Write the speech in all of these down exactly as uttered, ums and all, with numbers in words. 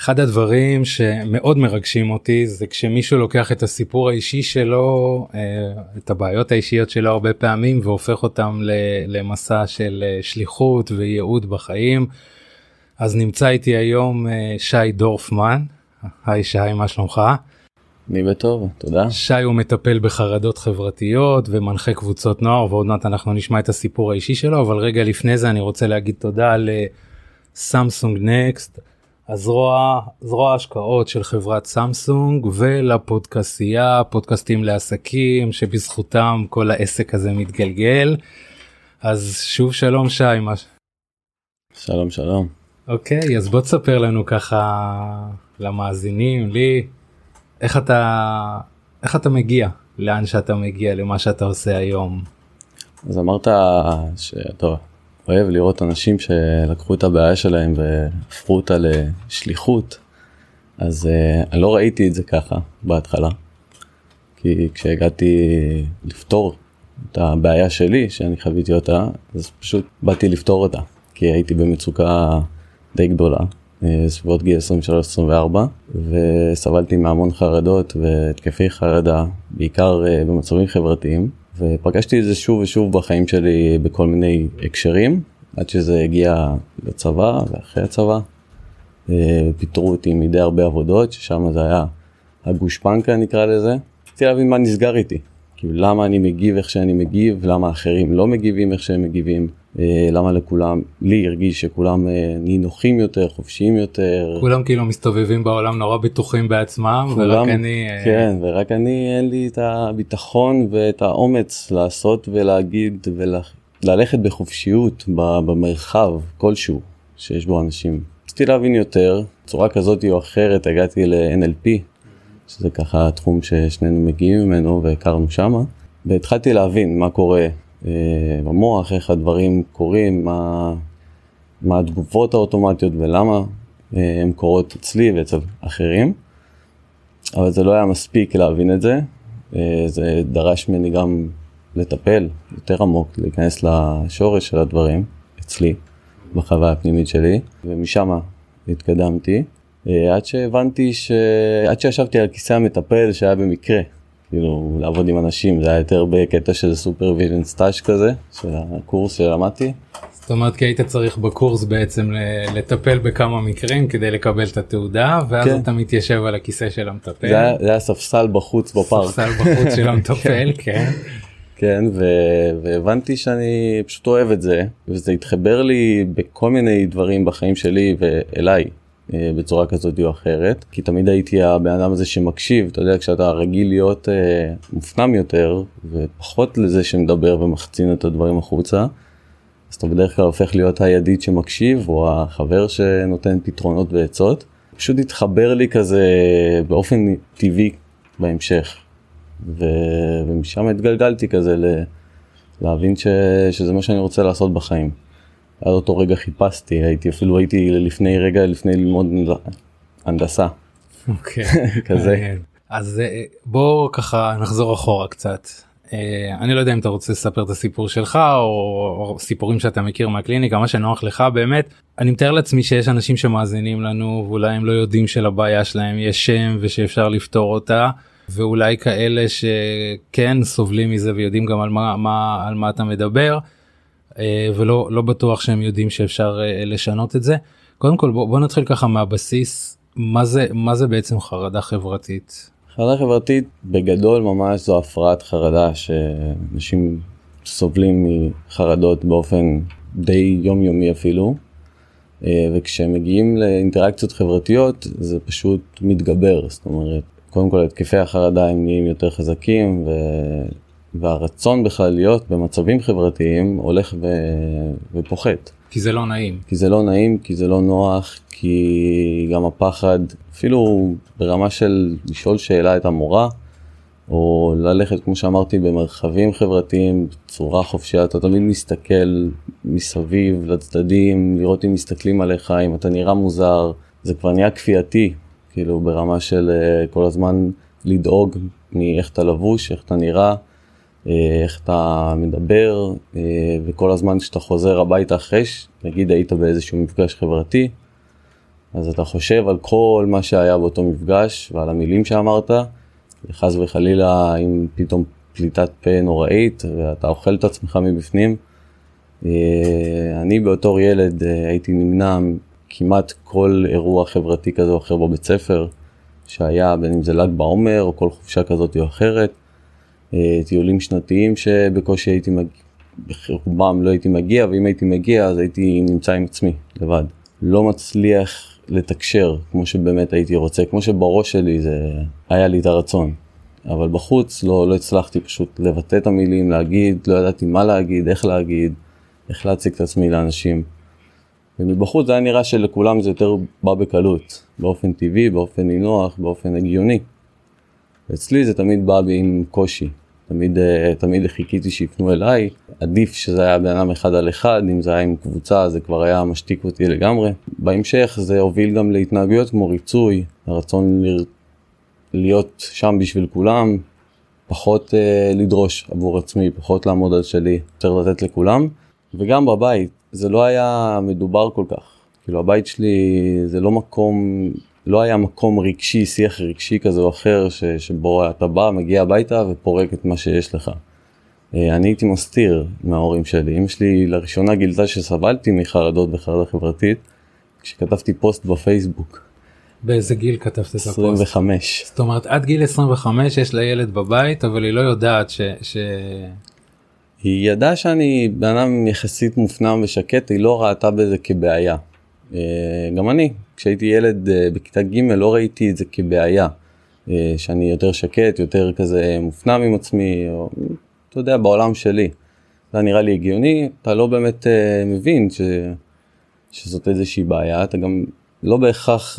אחד הדברים שמאוד מרגשים אותי זה כשמישהו לוקח את הסיפור האישי שלו, את הבעיות האישיות שלו הרבה פעמים, והופך אותם למסע של שליחות וייעוד בחיים. אז נמצא איתי היום שי דורפמן. היי שי, מה שלומך? אני בטוב, תודה. שי הוא מטפל בחרדות חברתיות ומנחה קבוצות נוער, ועוד מעט אנחנו נשמע את הסיפור האישי שלו, אבל רגע לפני זה אני רוצה להגיד תודה לסמסונג נקסט, הזרוע, זרוע השקעות של חברת סמסונג, ולפודקאסייה, פודקאסטים לעסקים, שבזכותם כל העסק הזה מתגלגל. אז שוב שלום שי. מה... שלום שלום. אוקיי, אז בוא תספר לנו ככה למאזינים, לי, איך אתה, איך אתה מגיע, לאן שאתה מגיע, למה שאתה עושה היום. אז אמרת שאתה אוהב לראות אנשים שלקחו את הבעיה שלהם והפכו אותה לשליחות, אז אני לא ראיתי את זה ככה בהתחלה, כי כשהגעתי לפתור את הבעיה שלי, שאני חוויתי אותה, אז פשוט באתי לפתור אותה, כי הייתי במצוקה די גדולה, סביבות גיל עשרים ושלוש עשרים וארבע, וסבלתי מהמון חרדות והתקפי חרדה, בעיקר במצבים חברתיים, ופגשתי את זה שוב ושוב בחיים שלי בכל מיני הקשרים, עד שזה הגיע לצבא ואחרי הצבא. פיתרו אותי מדי הרבה עבודות, ששם זה היה הגושפנקה נקרא לזה. רציתי להבין מה נסגר איתי, כאילו למה אני מגיב איך שאני מגיב, למה אחרים לא מגיבים איך שהם מגיבים, למה לכולם, לי הרגיש שכולם נינוחים יותר, חופשיים יותר. כולם כאילו מסתובבים בעולם נורא בטוחים בעצמם, כולם, ורק אני... כן, ורק אני אין לי את הביטחון ואת האומץ לעשות ולהגיד וללכת בחופשיות במרחב כלשהו שיש בו אנשים. רציתי להבין יותר, צורה כזאת או אחרת, הגעתי ל-אן אל פי, שזה ככה התחום ששנינו מגיעים ממנו והכרנו שמה, והתחלתי להבין מה קורה במוח, איך הדברים קורים, מה, מה התגובות האוטומטיות ולמה הן קורות אצלי ואצל אחרים. אבל זה לא היה מספיק להבין את זה, זה דרש ממני גם לטפל יותר עמוק, להיכנס לשורש של הדברים אצלי, בחוויה הפנימית שלי, ומשם התקדמתי, עד שהבנתי ש... עד שישבתי על כיסא המטפל שהיה במקרה, כאילו לעבוד עם אנשים, זה היה יותר בקטע של סופרוויז'ן סטאז' כזה, של הקורס שלמדתי. זאת אומרת, כי היית צריך בקורס בעצם לטפל בכמה מקרים כדי לקבל את התעודה, ואז כן. אתה מתיישב על הכיסא של המטפל. זה היה, זה היה ספסל בחוץ בפארק. ספסל בחוץ של המטפל, כן. כן, ו- והבנתי שאני פשוט אוהב את זה, וזה התחבר לי בכל מיני דברים בחיים שלי ואליי. בצורה כזאת או אחרת, כי תמיד הייתי הבן אדם הזה שמקשיב, אתה יודע, כשאתה רגיל להיות אה, מופנם יותר, ופחות לזה שמדבר ומחצין את הדברים החוצה, אז אתה בדרך כלל הופך להיות הידיד שמקשיב, או החבר שנותן פתרונות ועצות. פשוט התחבר לי כזה באופן טבעי בהמשך, ו... ומשם התגלגלתי כזה ל... להבין ש... שזה מה שאני רוצה לעשות בחיים. עד אותו רגע חיפשתי, הייתי אפילו הייתי לפני רגע, לפני ללמוד הנדסה. אוקיי. כזה. אז בוא ככה נחזור אחורה קצת. אני לא יודע אם אתה רוצה לספר את הסיפור שלך, או סיפורים שאתה מכיר מהקליניקה, מה שנוח לך באמת. אני מתאר לעצמי שיש אנשים שמאזינים לנו, ואולי הם לא יודעים שלבעיה שלהם יש שם, ושאפשר לפתור אותה, ואולי כאלה שכן סובלים מזה, ויודעים גם על מה, מה, על מה אתה מדבר. ולא לא בטוח שהם יודעים שאפשר לשנות את זה. קודם כל בוא, בוא נתחיל ככה מהבסיס, מה זה, מה זה בעצם חרדה חברתית? חרדה חברתית בגדול ממש זו הפרעת חרדה, שאנשים סובלים מחרדות באופן די יומיומי אפילו, וכשהם מגיעים לאינטראקציות חברתיות זה פשוט מתגבר. זאת אומרת, קודם כל התקפי החרדה הם נהיים יותר חזקים, ו... והרצון בכלל להיות במצבים חברתיים הולך ו... ופוחת. כי זה לא נעים. כי זה לא נעים, כי זה לא נוח, כי גם הפחד, אפילו ברמה של לשאול שאלה את המורה, או ללכת, כמו שאמרתי, במרחבים חברתיים, בצורה חופשייה, אתה תמיד מסתכל מסביב לצדדים, לראות אם מסתכלים עליך, אם אתה נראה מוזר, זה כבר נהיה כפייתי, כאילו ברמה של כל הזמן לדאוג מאיך אתה לבוש, איך אתה נראה, איך אתה מדבר, וכל הזמן כשאתה חוזר הביתה אחרי, נגיד היית באיזשהו מפגש חברתי, אז אתה חושב על כל מה שהיה באותו מפגש ועל המילים שאמרת, וחס וחלילה אם פתאום פליטת פה נוראית ואתה אוכל את עצמך מבפנים. אני באותור ילד הייתי נמנע כמעט כל אירוע חברתי כזה או אחר בבית ספר, שהיה בין אם זה ל"ג בעומר או כל חופשה כזאת או אחרת, טיולים שנתיים שבקושי הייתי מגיע, ברובם לא הייתי מגיע, ואם הייתי מגיע אז הייתי נמצא עם עצמי לבד. לא מצליח לתקשר כמו שבאמת הייתי רוצה, כמו שבראש שלי זה היה לי את הרצון. אבל בחוץ לא, לא הצלחתי פשוט לבטא את המילים, להגיד, לא ידעתי מה להגיד, איך להגיד, איך להציג את עצמי לאנשים. ומבחוץ זה היה נראה שלכולם זה יותר בא בקלות, באופן טבעי, באופן נינוח, באופן הגיוני. ואצלי זה תמיד בא עם קושי. תמיד, תמיד חיכיתי שיפנו אליי, עדיף שזה היה באדם אחד על אחד, אם זה היה עם קבוצה זה כבר היה משתיק אותי לגמרי. בהמשך זה הוביל גם להתנהגויות כמו ריצוי, הרצון ל... להיות שם בשביל כולם, פחות uh, לדרוש עבור עצמי, פחות לעמוד על שלי, יותר לתת לכולם. וגם בבית זה לא היה מדובר כל כך, כאילו הבית שלי זה לא מקום, לא היה מקום רגשי, שיח רגשי כזה או אחר, ש, שבו אתה בא, מגיע הביתה ופורק את מה שיש לך. אני הייתי מסתיר מההורים שלי. אמא שלי לראשונה גילתה שסבלתי מחרדות וחרדה חברתית, כשכתבתי פוסט בפייסבוק. באיזה גיל כתבת את הפוסט? עשרים וחמש. זאת אומרת, עד גיל עשרים וחמש יש לה ילד בבית, אבל היא לא יודעת ש... ש... היא ידעה שאני באדם יחסית מופנם ושקט, היא לא ראתה בזה כבעיה. גם אני, כשהייתי ילד בכיתה ג' לא ראיתי את זה כבעיה, שאני יותר שקט, יותר כזה מופנם עם עצמי, או, אתה יודע, בעולם שלי. זה נראה לי הגיוני, אתה לא באמת מבין ש... שזאת איזושהי בעיה, אתה גם לא בהכרח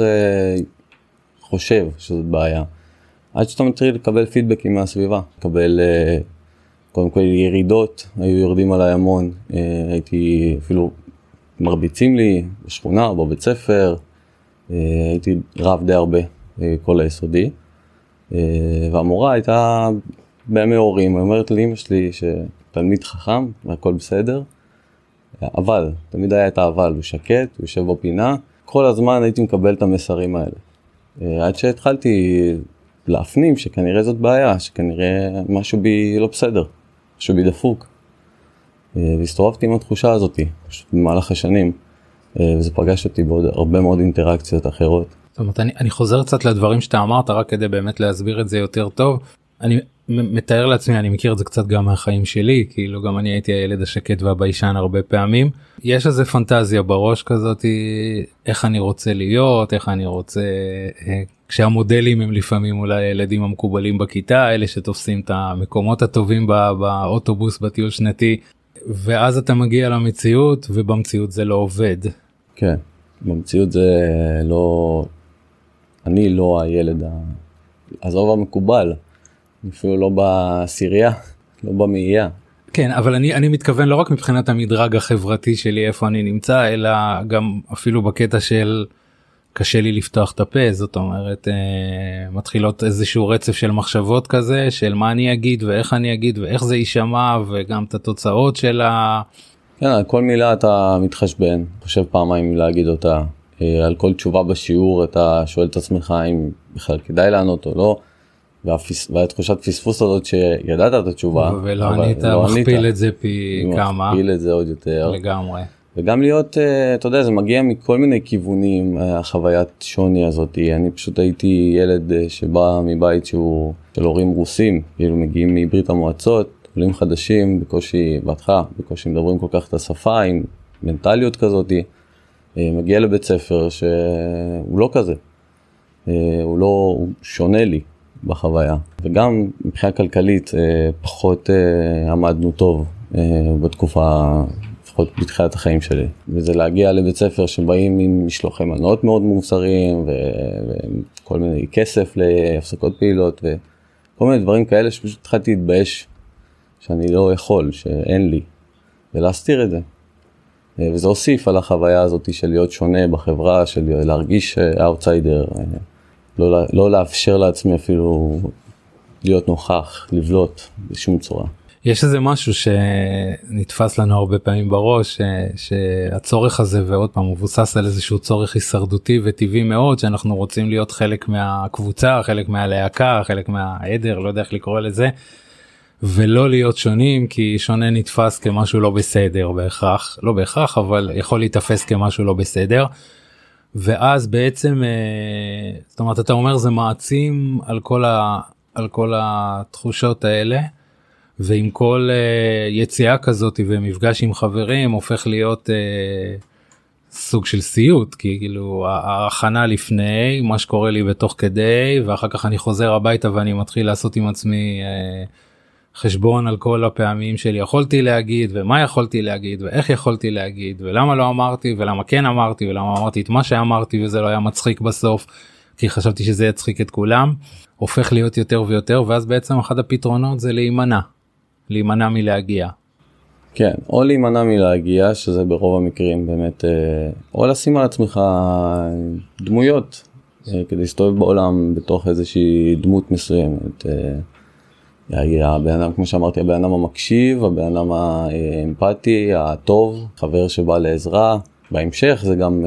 חושב שזאת בעיה. עד שאתה מתחיל לקבל פידבקים מהסביבה, לקבל קודם כל ירידות, היו יורדים עליי המון, הייתי אפילו מרביצים לי בשכונה או בבית ספר, הייתי רב די הרבה כל היסודי, והמורה הייתה בימי הורים, היא אומרת לאמא שלי שתלמיד חכם והכל בסדר, אבל, תמיד היה את האבל, הוא שקט, הוא יושב בפינה, כל הזמן הייתי מקבל את המסרים האלה. עד שהתחלתי להפנים שכנראה זאת בעיה, שכנראה משהו בי לא בסדר, משהו בי דפוק. והסתובבתי עם התחושה הזאת, פשוט במהלך השנים, וזה פגש אותי בעוד הרבה מאוד אינטראקציות אחרות. זאת אומרת, אני, אני חוזר קצת לדברים שאתה אמרת, רק כדי באמת להסביר את זה יותר טוב. אני מתאר לעצמי, אני מכיר את זה קצת גם מהחיים שלי, כאילו גם אני הייתי הילד השקט והביישן הרבה פעמים. יש איזה פנטזיה בראש כזאת, איך אני רוצה להיות, איך אני רוצה, כשהמודלים הם לפעמים אולי הילדים המקובלים בכיתה, אלה שתופסים את המקומות הטובים באוטובוס, בטיול שנתי, ואז אתה מגיע למציאות, ובמציאות זה לא עובד. כן, במציאות זה לא, אני לא הילד, עזוב המקובל. אפילו לא בסירייה, לא במאייה. כן, אבל אני, אני מתכוון לא רק מבחינת המדרג החברתי שלי, איפה אני נמצא, אלא גם אפילו בקטע של קשה לי לפתוח את הפה, זאת אומרת, אה, מתחילות איזשהו רצף של מחשבות כזה, של מה אני אגיד ואיך אני אגיד ואיך זה יישמע, וגם את התוצאות של ה... כן, על כל מילה אתה מתחשבן, חושב פעמיים להגיד אותה, אה, על כל תשובה בשיעור אתה שואל את עצמך אם בכלל כדאי לענות או לא, והתחושת פספוס הזאת שידעת את התשובה, ולא ענית, מכפיל את זה פי כמה, מכפיל את זה עוד יותר לגמרי, וגם להיות, אתה יודע, זה מגיע מכל מיני כיוונים, החוויית שוני הזאת. אני פשוט הייתי ילד שבא מבית שהוא של הורים רוסים, כאילו מגיעים מברית המועצות, עולים חדשים, בקושי בהתחלה, בקושי מדברים כל כך את השפה, עם מנטליות כזאת, מגיע לבית ספר שהוא לא כזה, הוא לא, הוא שונה לי בחוויה, וגם מבחינה כלכלית פחות עמדנו טוב בתקופה, לפחות בתחילת החיים שלי, וזה להגיע לבית ספר שבאים עם משלוחי מנות מאוד מוסריים, וכל מיני כסף להפסקות פעילות, וכל מיני דברים כאלה שפשוט התחלתי להתבייש שאני לא יכול, שאין לי, ולהסתיר את זה. וזה הוסיף על החוויה הזאת של להיות שונה בחברה, של להרגיש אאוטסיידר, לא, לא לאפשר לעצמי אפילו להיות נוכח, לבלוט בשום צורה. יש איזה משהו שנתפס לנו הרבה פעמים בראש, שהצורך הזה, ועוד פעם, מבוסס על איזשהו צורך הישרדותי וטבעי מאוד, שאנחנו רוצים להיות חלק מהקבוצה, חלק מהלהקה, חלק מהעדר, לא יודע איך לקרוא לזה, ולא להיות שונים, כי שונה נתפס כמשהו לא בסדר בהכרח, לא בהכרח, אבל יכול להתאפס כמשהו לא בסדר. ואז בעצם, זאת אומרת, אתה אומר, זה מעצים על כל ה, על כל התחושות האלה, ועם כל uh, יציאה כזאת ומפגש עם חברים הופך להיות uh, סוג של סיוט, כי כאילו ההכנה לפני, מה שקורה לי בתוך כדי, ואחר כך אני חוזר הביתה ואני מתחיל לעשות עם עצמי uh, חשבון על כל הפעמים שלי יכולתי להגיד, ומה יכולתי להגיד, ואיך יכולתי להגיד, ולמה לא אמרתי, ולמה כן אמרתי, ולמה אמרתי את מה שאמרתי, וזה לא היה מצחיק בסוף, כי חשבתי שזה יצחיק את כולם, הופך להיות יותר ויותר, ואז בעצם אחד הפתרונות זה להימנע. להימנע מלהגיע. כן, או להימנע מלהגיע, שזה ברוב המקרים באמת, או לשים על עצמך דמויות, כדי להסתובב בעולם בתוך איזושהי דמות מסוימת. הבן אדם, כמו שאמרתי, הבן אדם המקשיב, הבן אדם האמפתי, הטוב, חבר שבא לעזרה. בהמשך זה גם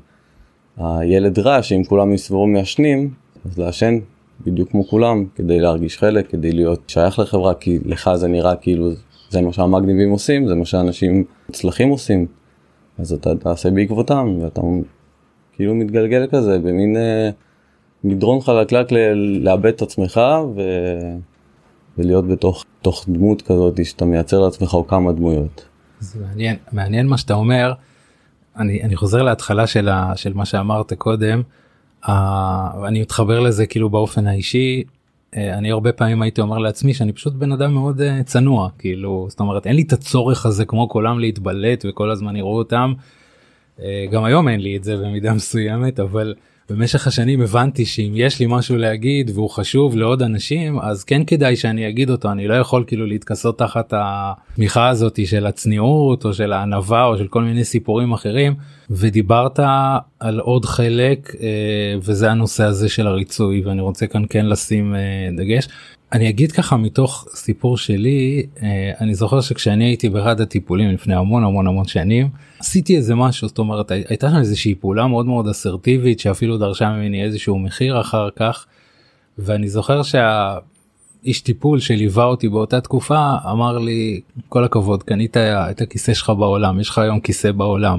הילד רע, שאם כולם יסברו מעשנים, אז לעשן בדיוק כמו כולם, כדי להרגיש חלק, כדי להיות שייך לחברה, כי לך זה נראה כאילו זה מה שהמגניבים עושים, זה מה שאנשים מצלחים עושים, אז אתה תעשה בעקבותם, ואתה כאילו מתגלגל כזה, במין אה, מדרון חלקלק ל- לאבד את עצמך, ו... ולהיות בתוך תוך דמות כזאת, שאתה מייצר לעצמך או כמה דמויות. זה מעניין, מעניין מה שאתה אומר, אני, אני חוזר להתחלה של, ה, של מה שאמרת קודם, ואני מתחבר לזה כאילו באופן האישי, אני הרבה פעמים הייתי אומר לעצמי שאני פשוט בן אדם מאוד צנוע, כאילו, זאת אומרת, אין לי את הצורך הזה כמו כולם להתבלט וכל הזמן יראו אותם, גם היום אין לי את זה במידה מסוימת, אבל במשך השנים הבנתי שאם יש לי משהו להגיד והוא חשוב לעוד אנשים, אז כן כדאי שאני אגיד אותו, אני לא יכול כאילו להתכסות תחת התמיכה הזאת של הצניעות או של הענווה או של כל מיני סיפורים אחרים, ודיברת על עוד חלק, וזה הנושא הזה של הריצוי, ואני רוצה כאן כן לשים דגש. אני אגיד ככה מתוך סיפור שלי, אני זוכר שכשאני הייתי באחד הטיפולים לפני המון המון המון שנים, עשיתי איזה משהו, זאת אומרת, הייתה שם איזושהי פעולה מאוד מאוד אסרטיבית, שאפילו דרשה ממני איזשהו מחיר אחר כך, ואני זוכר שהאיש טיפול שליווה אותי באותה תקופה, אמר לי, כל הכבוד, קנית את הכיסא שלך בעולם, יש לך היום כיסא בעולם.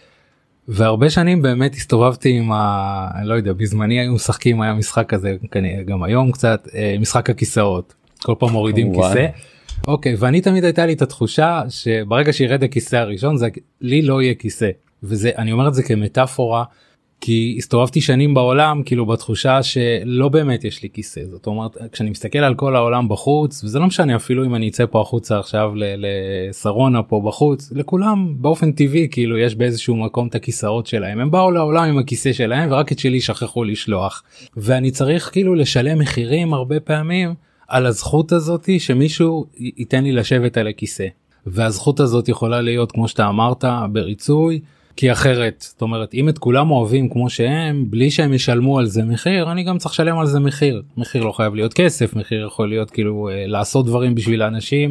והרבה שנים באמת הסתובבתי עם ה... אני לא יודע, בזמני היו משחקים, היה משחק כזה, גם היום קצת, משחק הכיסאות. כל פעם מורידים כיסא. אוקיי, ואני תמיד הייתה לי את התחושה שברגע שירד הכיסא הראשון, זה לי לא יהיה כיסא. וזה, אני אומר את זה כמטאפורה, כי הסתובבתי שנים בעולם, כאילו בתחושה שלא באמת יש לי כיסא. זאת אומרת, כשאני מסתכל על כל העולם בחוץ, וזה לא משנה אפילו אם אני אצא פה החוצה עכשיו לסרונה פה בחוץ, לכולם באופן טבעי, כאילו יש באיזשהו מקום את הכיסאות שלהם. הם באו לעולם עם הכיסא שלהם, ורק את שלי שכחו לשלוח. ואני צריך כאילו לשלם מחירים הרבה פעמים על הזכות הזאת שמישהו ייתן לי לשבת על הכיסא. והזכות הזאת יכולה להיות, כמו שאתה אמרת, בריצוי, כי אחרת, זאת אומרת, אם את כולם אוהבים כמו שהם, בלי שהם ישלמו על זה מחיר, אני גם צריך לשלם על זה מחיר. מחיר לא חייב להיות כסף, מחיר יכול להיות כאילו לעשות דברים בשביל האנשים.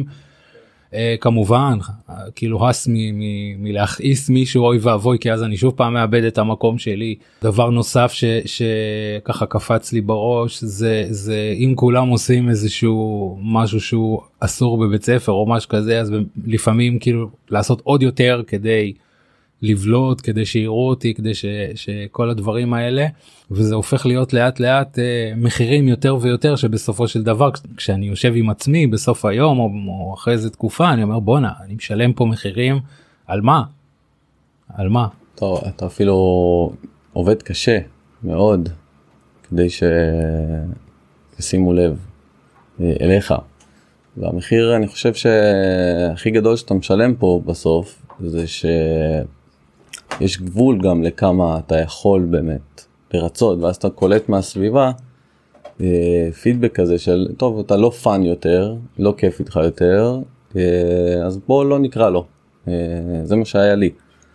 כמובן, כאילו הס מלהכעיס מישהו, אוי ואבוי, כי אז אני שוב פעם מאבד את המקום שלי. דבר נוסף שככה קפץ לי בראש, זה, זה אם כולם עושים איזשהו משהו שהוא אסור בבית ספר או משהו כזה, אז לפעמים כאילו לעשות עוד יותר כדי לבלוט, כדי שיראו אותי, כדי ש, שכל הדברים האלה, וזה הופך להיות לאט לאט אה, מחירים יותר ויותר, שבסופו של דבר, כשאני יושב עם עצמי בסוף היום, או, או אחרי איזה תקופה, אני אומר, בונה, אני משלם פה מחירים, על מה? על מה? טוב, אתה אפילו עובד קשה מאוד, כדי שישימו לב אליך, והמחיר, אני חושב שהכי גדול שאתה משלם פה בסוף, זה ש... יש גבול גם לכמה אתה יכול באמת לרצות, ואז אתה קולט מהסביבה פידבק כזה של טוב, אתה לא פן יותר, לא כיף איתך יותר, אז בוא לא נקרא לו, זה מה שהיה לי,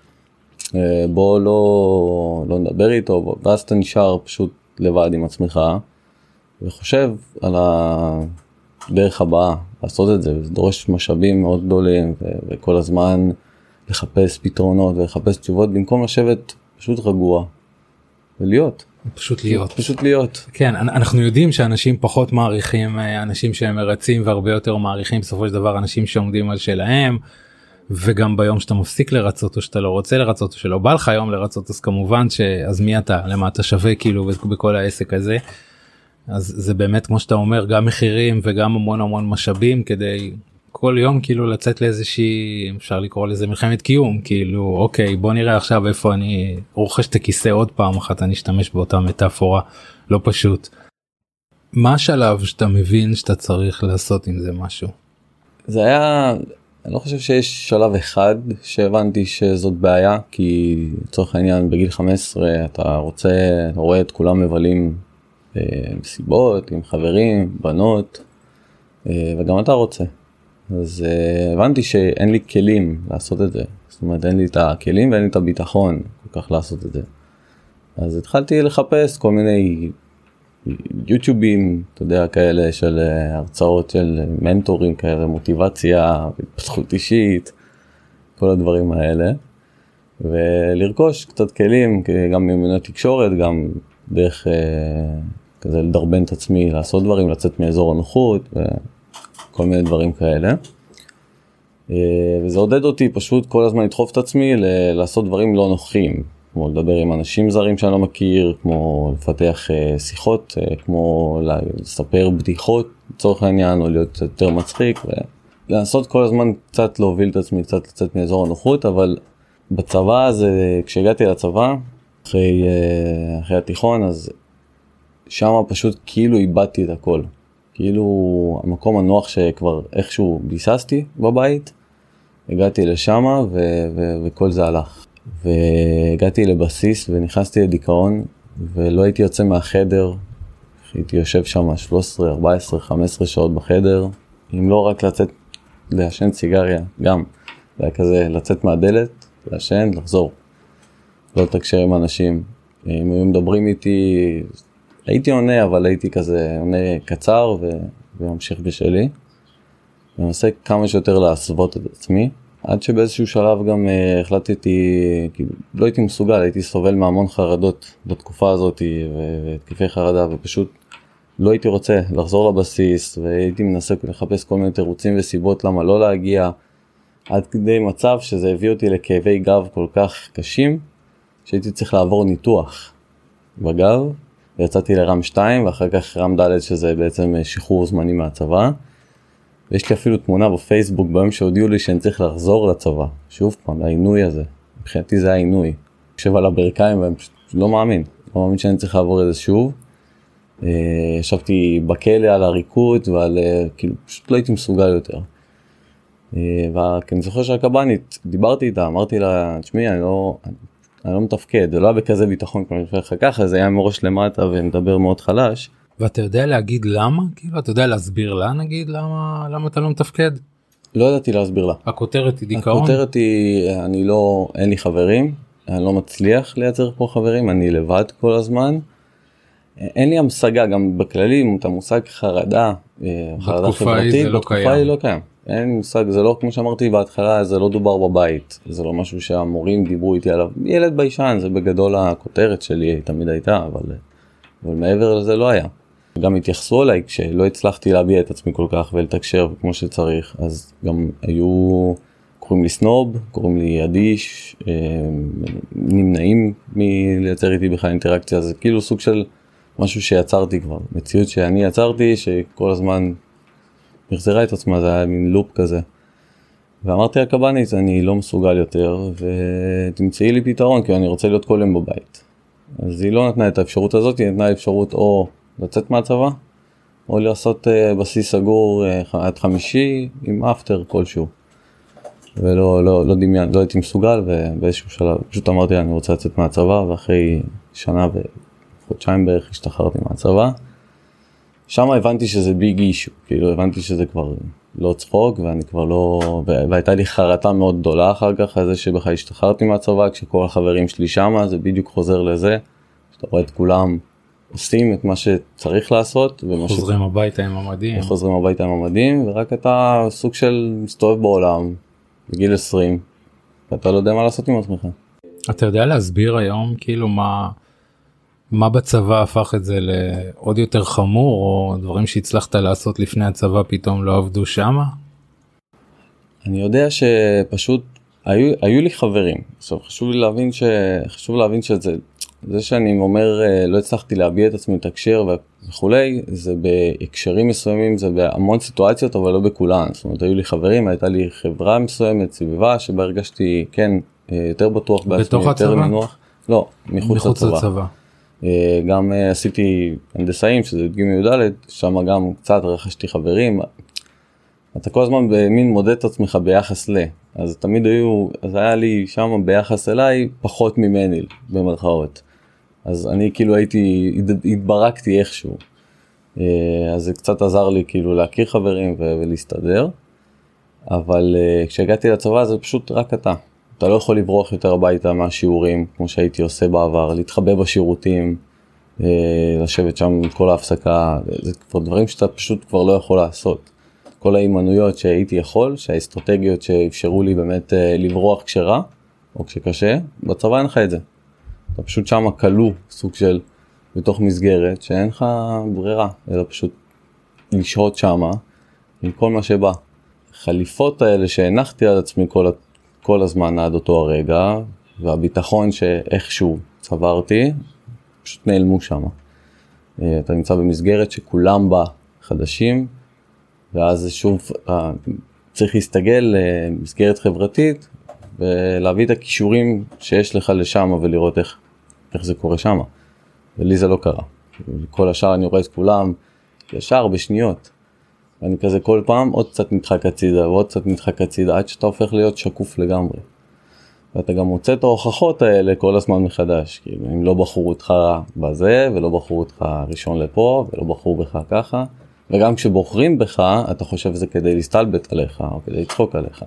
בוא לא, לא נדבר איתו, ואז אתה נשאר פשוט לבד עם עצמך וחושב על הדרך הבאה לעשות את זה, וזה דורש משאבים מאוד גדולים, ו- וכל הזמן לחפש פתרונות ולחפש תשובות, במקום לשבת פשוט רגוע ולהיות. פשוט להיות. פשוט להיות. כן, אנחנו יודעים שאנשים פחות מעריכים אנשים שהם מרצים, והרבה יותר מעריכים בסופו של דבר אנשים שעומדים על שלהם, וגם ביום שאתה מפסיק לרצות או שאתה לא רוצה לרצות או שלא בא לך היום לרצות, אז כמובן שאז מי אתה, למה אתה שווה כאילו בכל העסק הזה. אז זה באמת כמו שאתה אומר, גם מחירים וגם המון המון משאבים כדי כל יום כאילו לצאת לאיזושהי, אפשר לקרוא לזה מלחמת קיום, כאילו אוקיי בוא נראה עכשיו איפה אני רוכש את הכיסא עוד פעם אחת, אני אשתמש באותה מטאפורה, לא פשוט. מה השלב שאתה מבין שאתה צריך לעשות עם זה משהו? זה היה, אני לא חושב שיש שלב אחד שהבנתי שזאת בעיה, כי לצורך העניין בגיל חמש עשרה אתה רוצה, אתה רואה את כולם מבלים מסיבות עם חברים, בנות, וגם אתה רוצה. אז הבנתי שאין לי כלים לעשות את זה. זאת אומרת, אין לי את הכלים ואין לי את הביטחון כל כך לעשות את זה. אז התחלתי לחפש כל מיני יוטיובים, אתה יודע, כאלה של הרצאות של מנטורים כאלה, מוטיבציה, התפתחות אישית, כל הדברים האלה. ולרכוש קצת כלים, גם מיומנויות תקשורת, גם דרך כזה לדרבן את עצמי, לעשות דברים, לצאת מאזור הנוחות וכל מיני דברים כאלה. וזה עודד אותי פשוט כל הזמן לדחוף את עצמי ל- לעשות דברים לא נוחים, כמו לדבר עם אנשים זרים שאני לא מכיר, כמו לפתח שיחות, כמו לספר בדיחות לצורך העניין, או להיות יותר מצחיק, ולנסות כל הזמן קצת להוביל את עצמי, קצת לצאת מאזור הנוחות. אבל בצבא הזה, כשהגעתי לצבא, אחרי, אחרי התיכון, אז שם פשוט כאילו איבדתי את הכל. כאילו המקום הנוח שכבר איכשהו ביססתי בבית, הגעתי לשם ו- ו- וכל זה הלך. והגעתי לבסיס ונכנסתי לדיכאון, ולא הייתי יוצא מהחדר. הייתי יושב שם שלוש עשרה, ארבע עשרה, חמש עשרה שעות בחדר, אם לא רק לצאת לעשן סיגריה, גם. זה היה כזה לצאת מהדלת, לעשן, לחזור. לא לתקשר עם אנשים. אם היו מדברים איתי, הייתי עונה, אבל הייתי כזה עונה קצר ו- וממשיך בשלי. ומנסה כמה שיותר להסוות את עצמי. עד שבאיזשהו שלב גם uh, החלטתי, כאילו, לא הייתי מסוגל, הייתי סובל מהמון חרדות בתקופה הזאת, ותקפי חרדה, ופשוט לא הייתי רוצה לחזור לבסיס, והייתי מנסה לחפש כל מיני תירוצים וסיבות למה לא להגיע, עד כדי מצב שזה הביא אותי לכאבי גב כל כך קשים, שהייתי צריך לעבור ניתוח בגב, ויצאתי לרם שתיים, ואחר כך רם ד' שזה בעצם שחרור זמני מהצבא, ויש לי אפילו תמונה בפייסבוק ביום שהודיעו לי שאני צריך לחזור לצבא. שוב פעם, העינוי הזה. מבחינתי זה העינוי. יושב על הברכיים ואני פשוט לא מאמין. לא מאמין שאני צריך לעבור את זה שוב. ישבתי בכלא על הריקוד ועל, כאילו, פשוט לא הייתי מסוגל יותר. ואני זוכר שהקב"נית, דיברתי איתה, אמרתי לה, תשמעי, אני לא, אני לא מתפקד. זה לא היה בכזה ביטחון כמו שאני חושב ככה, זה היה מראש למטה ומדבר מאוד חלש. ואתה יודע להגיד למה? כאילו, אתה יודע להסביר לה, נגיד, למה, למה אתה לא מתפקד? לא ידעתי להסביר לה. הכותרת היא דיכאון? הכותרת היא, אני לא, אין לי חברים, אני לא מצליח לייצר פה חברים, אני לבד כל הזמן. אין לי המשגה, גם בכללים, את המושג חרדה, חרדה חברתית, בתקופה היא לא קיים. אין מושג, זה לא, כמו שאמרתי בהתחלה, זה לא דובר בבית, זה לא משהו שהמורים דיברו איתי עליו. ילד ביישן, זה בגדול הכותרת שלי, תמיד הייתה, אבל, אבל מעבר לזה לא היה. גם התייחסו אליי כשלא הצלחתי להביע את עצמי כל כך ולתקשר כמו שצריך, אז גם היו קוראים לי סנוב, קוראים לי אדיש, נמנעים מלייצר איתי בכלל אינטראקציה. זה כאילו סוג של משהו שיצרתי כבר, מציאות שאני יצרתי שכל הזמן מחזירה את עצמה, זה היה מין לופ כזה. ואמרתי לקב"נית, אני לא מסוגל יותר ותמצאי לי פתרון, כי אני רוצה להיות כל יום בבית. אז היא לא נתנה את האפשרות הזאת, היא נתנה אפשרות או לצאת מהצבא, או לעשות uh, בסיס סגור uh, עד חמישי עם אפטר כלשהו. ולא לא, לא דמיין, לא הייתי מסוגל, ובאיזשהו שלב פשוט אמרתי אני רוצה לצאת מהצבא, ואחרי שנה וחודשיים בערך השתחררתי מהצבא. שם הבנתי שזה ביג אישו, כאילו הבנתי שזה כבר לא צחוק, ואני כבר לא, והייתה לי חרטה מאוד גדולה אחר כך, על זה שבכלל השתחררתי מהצבא, כשכל החברים שלי שם, זה בדיוק חוזר לזה, שאתה רואה את כולם עושים את מה שצריך לעשות. חוזרים ש... הביתה עם המדים. חוזרים הביתה עם המדים, ורק אתה סוג של מסתובב בעולם, בגיל עשרים, ואתה לא יודע מה לעשות עם עצמך. אתה יודע להסביר היום, כאילו, מה, מה בצבא הפך את זה לעוד יותר חמור, או דברים שהצלחת לעשות לפני הצבא פתאום לא עבדו שמה? אני יודע שפשוט, היו, היו לי חברים. עכשיו, חשוב לי להבין ש... חשוב להבין שזה... זה שאני אומר לא הצלחתי להביע את עצמי, את הקשר וכולי, זה בהקשרים מסוימים, זה בהמון סיטואציות, אבל לא בכולן. זאת אומרת, היו לי חברים, הייתה לי חברה מסוימת, סביבה, שבה הרגשתי, כן, יותר בטוח בעצמי, בתוך יותר הצבא? מנוח. לא, מחוץ, מחוץ לצבא. לצבא. גם עשיתי הנדסאים, שזה ג' י"ד, שם גם קצת רכשתי חברים. אתה כל הזמן במין מודד את עצמך ביחס ל. אז תמיד היו, אז היה לי שם ביחס אליי פחות ממני, במרכאות. אז אני כאילו הייתי, התברקתי איכשהו. אז זה קצת עזר לי כאילו להכיר חברים ולהסתדר. אבל כשהגעתי לצבא זה פשוט רק אתה. אתה לא יכול לברוח יותר הביתה מהשיעורים, כמו שהייתי עושה בעבר, להתחבא בשירותים, לשבת שם כל ההפסקה. זה כבר דברים שאתה פשוט כבר לא יכול לעשות. כל האימנויות שהייתי יכול, שהאסטרטגיות שאפשרו לי באמת לברוח כשרה, או כשקשה, בצבא אין לך את זה. אתה פשוט שם קלו, סוג של, בתוך מסגרת, שאין לך ברירה, אלא פשוט לשהות שם, עם כל מה שבא. החליפות האלה שהנחתי על עצמי כל, כל הזמן עד אותו הרגע, והביטחון שאיכשהו צברתי, פשוט נעלמו שם. אתה נמצא במסגרת שכולם בה חדשים, ואז שוב צריך להסתגל למסגרת חברתית ולהביא את הכישורים שיש לך לשם ולראות איך, איך זה קורה שם. ולי זה לא קרה. כל השאר אני רואה את כולם ישר בשניות. ואני כזה כל פעם עוד קצת נדחק הצידה ועוד קצת נדחק הצידה עד שאתה הופך להיות שקוף לגמרי. ואתה גם מוצא את ההוכחות האלה כל הזמן מחדש. כאילו, אם לא בחרו אותך בזה ולא בחרו אותך ראשון לפה ולא בחרו בך ככה. וגם כשבוחרים בך, אתה חושב שזה כדי להסתלבט עליך, או כדי לצחוק עליך.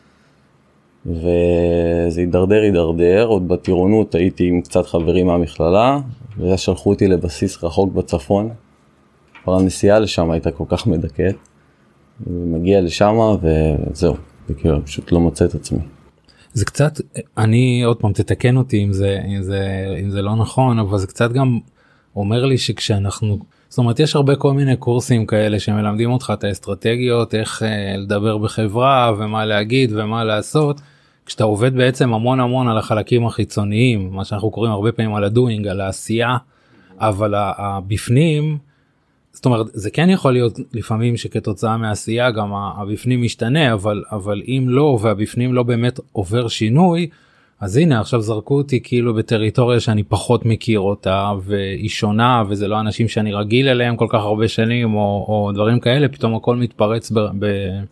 וזה הידרדר, הידרדר, עוד בטירונות הייתי עם קצת חברים מהמכללה, ושלחו אותי לבסיס רחוק בצפון. כבר הנסיעה לשם הייתה כל כך מדכאת, ומגיע לשם וזהו, וכאילו פשוט לא מוצא את עצמי. זה קצת, אני עוד פעם תתקן אותי אם זה, אם זה, אם זה לא נכון, אבל זה קצת גם אומר לי שכשאנחנו, זאת אומרת, יש הרבה כל מיני קורסים כאלה שמלמדים אותך את האסטרטגיות, איך אה, לדבר בחברה ומה להגיד ומה לעשות. כשאתה עובד בעצם המון המון על החלקים החיצוניים, מה שאנחנו קוראים הרבה פעמים על הדוינג, על העשייה, אבל הבפנים, זאת אומרת, זה כן יכול להיות לפעמים שכתוצאה מהעשייה גם הבפנים משתנה, אבל, אבל אם לא, והבפנים לא באמת עובר שינוי, אז הנה, עכשיו זרקו אותי כאילו בטריטוריה שאני פחות מכיר אותה, והיא שונה, וזה לא אנשים שאני רגיל אליהם כל כך הרבה שנים, או, או דברים כאלה, פתאום הכל מתפרץ ב, ב,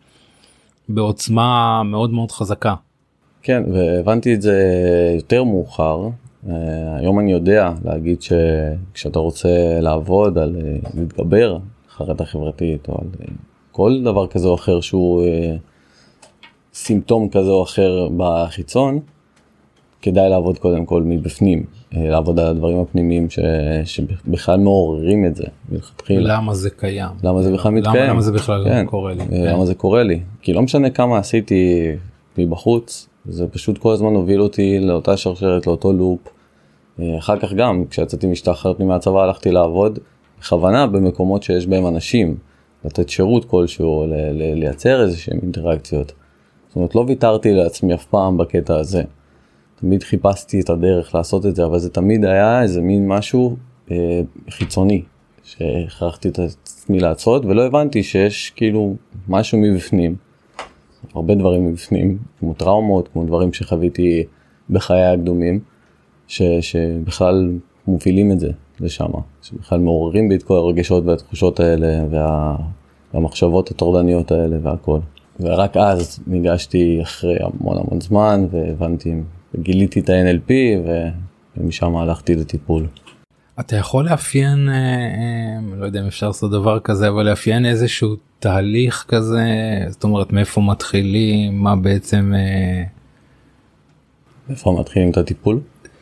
בעוצמה מאוד מאוד חזקה. כן, והבנתי את זה יותר מאוחר. היום אני יודע להגיד שכשאתה רוצה לעבוד על להתגבר חרדה חברתית, או על כל דבר כזה או אחר שהוא סימפטום כזה או אחר בחיצון, כדאי לעבוד קודם כל מבפנים, לעבוד על הדברים הפנימיים ש... שבכלל מעוררים את זה, מלכתחילה. למה זה קיים? למה זה בכלל מתקיים? למה, למה זה בכלל כן. קורה לי? למה כן. זה קורה לי? כי לא משנה כמה עשיתי מבחוץ, זה פשוט כל הזמן הוביל אותי לאותה שרשרת, לאותו לופ. אחר כך גם, כשיצאתי משתחררתי מהצבא, הלכתי לעבוד בכוונה במקומות שיש בהם אנשים, לתת שירות כלשהו, ל... ל... לייצר איזושהי אינטראקציות. זאת אומרת, לא ויתרתי לעצמי אף פעם בקטע הזה. תמיד חיפשתי את הדרך לעשות את זה, אבל זה תמיד היה איזה מין משהו אה, חיצוני, שהכרחתי את עצמי לעשות, ולא הבנתי שיש כאילו משהו מבפנים, הרבה דברים מבפנים, כמו טראומות, כמו דברים שחוויתי בחיי הקדומים, ש, שבכלל מובילים את זה לשם, שבכלל מעוררים בי את כל הרגשות והתחושות האלה, וה, והמחשבות הטורדניות האלה והכל. ורק אז ניגשתי אחרי המון המון זמן, והבנתי, גיליתי את ה-אן אל פי, ומשם הלכתי לטיפול. אתה יכול לאפיין, לא יודע אם אפשר לעשות דבר כזה, אבל לאפיין איזשהו תהליך כזה, זאת אומרת מאיפה מתחילים, מה בעצם... מאיפה מתחילים את הטיפול?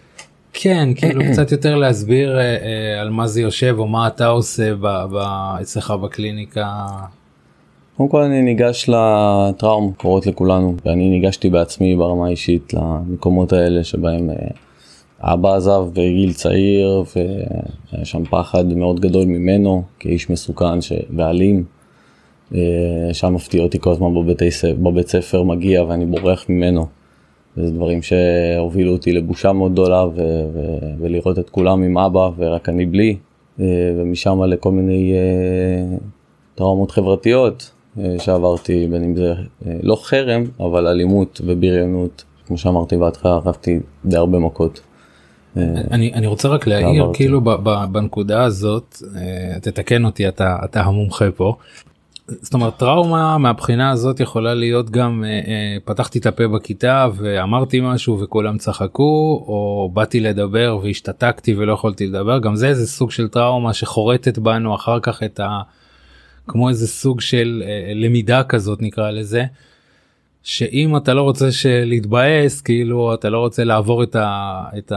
כן, כאילו קצת יותר להסביר אה, אה, על מה זה יושב או מה אתה עושה ב, ב, אצלך בקליניקה. קודם כל אני ניגש לטראום, קורות לכולנו, ואני ניגשתי בעצמי ברמה האישית למקומות האלה שבהם אה, אבא עזב בגיל צעיר והיה שם פחד מאוד גדול ממנו כאיש מסוכן ש... ואלים. אה, שם מפתיע אותי כל הזמן בבית, בבית ספר מגיע ואני בורח ממנו. וזה דברים שהובילו אותי לבושה מאוד גדולה ו... ו... ולראות את כולם עם אבא ורק אני בלי. אה, ומשם לכל מיני אה, טראומות חברתיות. שעברתי בין אם זה לא חרם אבל אלימות ובריונות, כמו שאמרתי בהתחלה ערבתי די הרבה מכות. אני אני רוצה רק להעיר כאילו בנקודה הזאת, תתקן אותי, אתה אתה המומחה פה. זאת אומרת טראומה מהבחינה הזאת יכולה להיות גם פתחתי את הפה בכיתה ואמרתי משהו וכולם צחקו, או באתי לדבר והשתתקתי ולא יכולתי לדבר, גם זה איזה סוג של טראומה שחורטת בנו אחר כך את ה... כמו איזה סוג של אה, למידה כזאת נקרא לזה, שאם אתה לא רוצה להתבאס, כאילו אתה לא רוצה לעבור את ה, את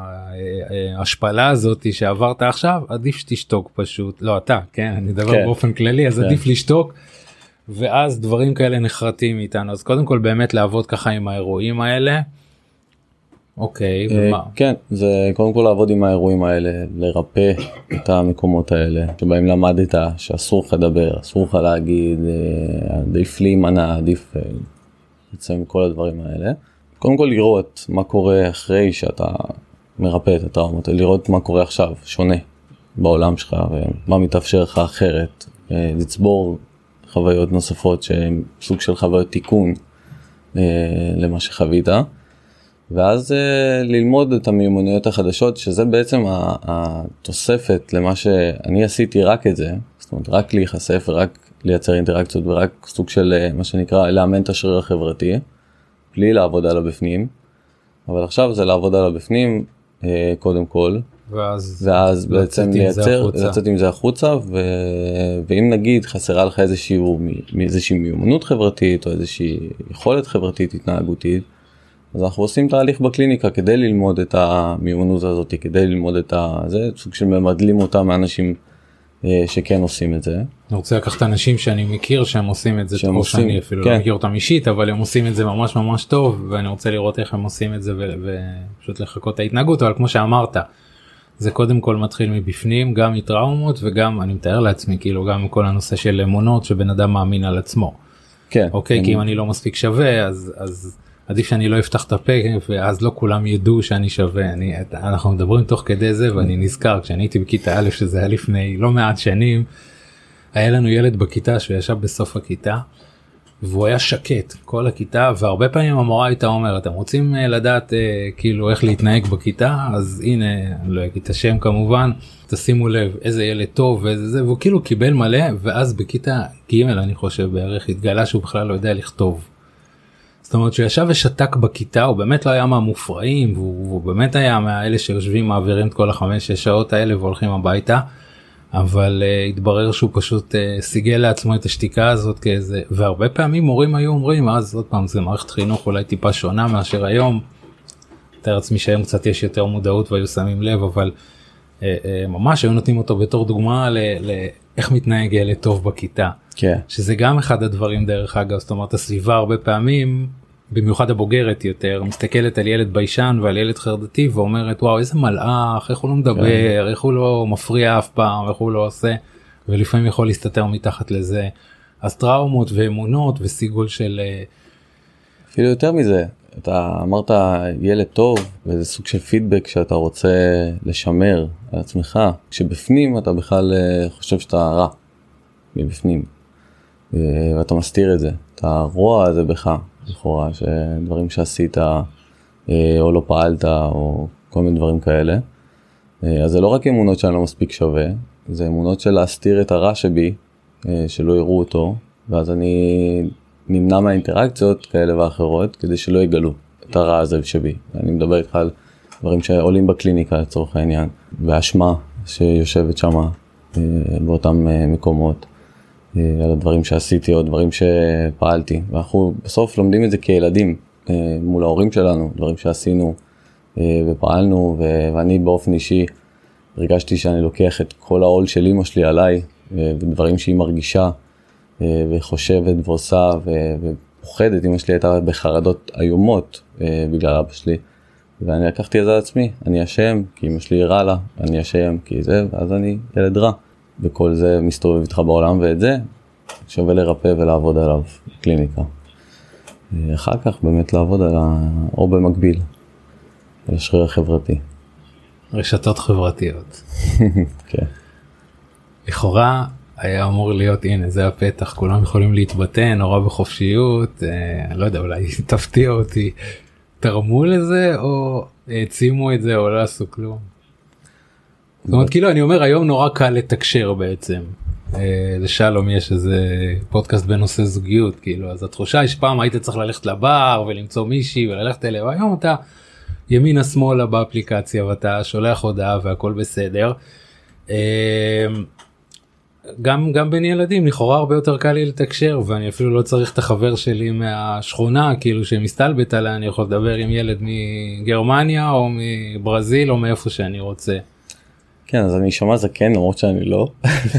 ההשפלה הזאת שעברת עכשיו, עדיף שתשתוק פשוט, לא אתה, כן, אני מדבר כן. באופן כללי, אז כן. עדיף לשתוק, ואז דברים כאלה נחרטים איתנו, אז קודם כל באמת לעבוד ככה עם האירועים האלה, אוקיי, ומה? כן, זה קודם כל לעבוד עם האירועים האלה, לרפא את המקומות האלה, שבהם למדת שאסור לך לדבר, אסור לך להגיד, עדיף להימנע, עדיף בעצם כל הדברים האלה. קודם כל לראות מה קורה אחרי שאתה מרפא את הטראומות, לראות מה קורה עכשיו, שונה בעולם שלך, ומה מתאפשר לך אחרת, לצבור חוויות נוספות שהן סוג של חוויות תיקון למה שחווית. ואז uh, ללמוד את המיומנויות החדשות, שזה בעצם התוספת למה שאני עשיתי רק את זה, זאת אומרת רק להיחשף ורק לייצר אינטראקציות ורק סוג של מה שנקרא לאמן את השריר החברתי, בלי לעבוד על הבפנים, אבל עכשיו זה לעבוד על הבפנים uh, קודם כל, ואז, ואז בעצם לייצר, לצאת עם זה החוצה, ו... ואם נגיד חסרה לך איזושהי, איזושהי מיומנות חברתית או איזושהי יכולת חברתית התנהגותית, אז אנחנו עושים תהליך בקליניקה כדי ללמוד את המיומנות הזאת, כדי ללמוד את ה... זה סוג שממדלים אותה מאנשים אה, שכן עושים את זה. אני רוצה לקחת אנשים שאני מכיר שהם עושים את זה, או עושים, שאני אפילו כן. לא מכיר אותם אישית, אבל הם עושים את זה ממש ממש טוב, ואני רוצה לראות איך הם עושים את זה ופשוט לחכות את ההתנהגות, אבל כמו שאמרת, זה קודם כל מתחיל מבפנים, גם מטראומות וגם, אני מתאר לעצמי, כאילו גם מכל הנושא של אמונות שבן אדם מאמין על עצמו. כן. אוקיי, כי אם אני לא מספיק שווה, אז... אז עדיף שאני לא אפתח את הפה ואז לא כולם ידעו שאני שווה. אני, אנחנו מדברים תוך כדי זה ואני נזכר כשאני הייתי בכיתה א', שזה היה לפני לא מעט שנים, היה לנו ילד בכיתה שהוא ישב בסוף הכיתה והוא היה שקט כל הכיתה, והרבה פעמים המורה הייתה אומרת אתם רוצים לדעת אה, כאילו איך להתנהג בכיתה, אז הנה אני לא אגיד את השם כמובן, תשימו לב איזה ילד טוב ואיזה זה, והוא כאילו קיבל מלא, ואז בכיתה ג' אני חושב בערך התגלה שהוא בכלל לא יודע לכתוב. זאת אומרת שהוא ישב ושתק בכיתה, הוא באמת לא היה מהמופרעים, והוא, והוא באמת היה מהאלה שיושבים מעבירים את כל החמש שש שעות האלה והולכים הביתה, אבל uh, התברר שהוא פשוט uh, סיגל לעצמו את השתיקה הזאת כאיזה, והרבה פעמים מורים היו אומרים, אז עוד פעם זה מערכת חינוך אולי טיפה שונה מאשר היום, יותר עצמי שהיום קצת יש יותר מודעות והיו שמים לב, אבל uh, uh, ממש היו נותנים אותו בתור דוגמה ל... ל- איך מתנהג ילד טוב בכיתה, כן. שזה גם אחד הדברים דרך אגב, זאת אומרת הסביבה הרבה פעמים, במיוחד הבוגרת יותר, מסתכלת על ילד ביישן ועל ילד חרדתי ואומרת וואו איזה מלאך, איך הוא לא מדבר, כן. איך הוא לא מפריע אף פעם, איך הוא לא עושה, ולפעמים יכול להסתתר מתחת לזה, אז טראומות ואמונות וסיגול של... אפילו יותר מזה, אתה אמרת ילד טוב, וזה סוג של פידבק שאתה רוצה לשמר על עצמך, כשבפנים אתה בכלל חושב שאתה רע, מבפנים, ואתה מסתיר את זה, אתה רוע הזה בך, לכאורה, שדברים שעשית, או לא פעלת, או כל מיני דברים כאלה, אז זה לא רק אמונות שאני לא מספיק שווה, זה אמונות של להסתיר את הרע שבי, שלא יראו אותו, ואז אני... נמנע מהאינטראקציות כאלה ואחרות, כדי שלא יגלו את הרע הזה שבי. אני מדבר איתך על דברים שעולים בקליניקה לצורך העניין, והאשמה שיושבת שם באותם מקומות, על הדברים שעשיתי או דברים שפעלתי. ואנחנו בסוף לומדים את זה כילדים מול ההורים שלנו, דברים שעשינו ופעלנו, ואני באופן אישי הרגשתי שאני לוקח את כל העול של אמא שלי עליי, ודברים שהיא מרגישה וחושבת ועושה ופוחדת. אמא שלי הייתה בחרדות איומות בגלל אבא שלי, ואני לקחתי את זה על עצמי, אני אשם כי אמא שלי הראה לה, אני אשם כי זה, ואז אני ילד רע, וכל זה מסתובב איתך בעולם, ואת זה שווה לרפא ולעבוד עליו קליניקה. אחר כך באמת לעבוד על האור במקביל, על השריר החברתי. רשתות חברתיות. כן. לכאורה היה אמור להיות, הנה זה הפתח, כולם יכולים להתבטא נורא בחופשיות, אה, לא יודע, אולי תפתיע אותי, תרמו לזה או העצימו את זה או לא עשו כלום? זאת אומרת, כאילו אני אומר היום נורא קל לתקשר בעצם. אה, לשלום יש איזה פודקאסט בנושא זוגיות, כאילו, אז התחושה היא שפעם היית צריך ללכת לבר ולמצוא מישהי וללכת אליה, והיום אתה ימינה שמאלה באפליקציה ואתה שולח הודעה והכל בסדר. אה, גם גם בין ילדים לכאורה הרבה יותר קל לי לתקשר, ואני אפילו לא צריך את החבר שלי מהשכונה כאילו שמסתלבט עליי, אני יכול לדבר עם ילד מגרמניה או מברזיל או מאיפה שאני רוצה. כן, אז אני שומע זה כן, למרות שאני לא.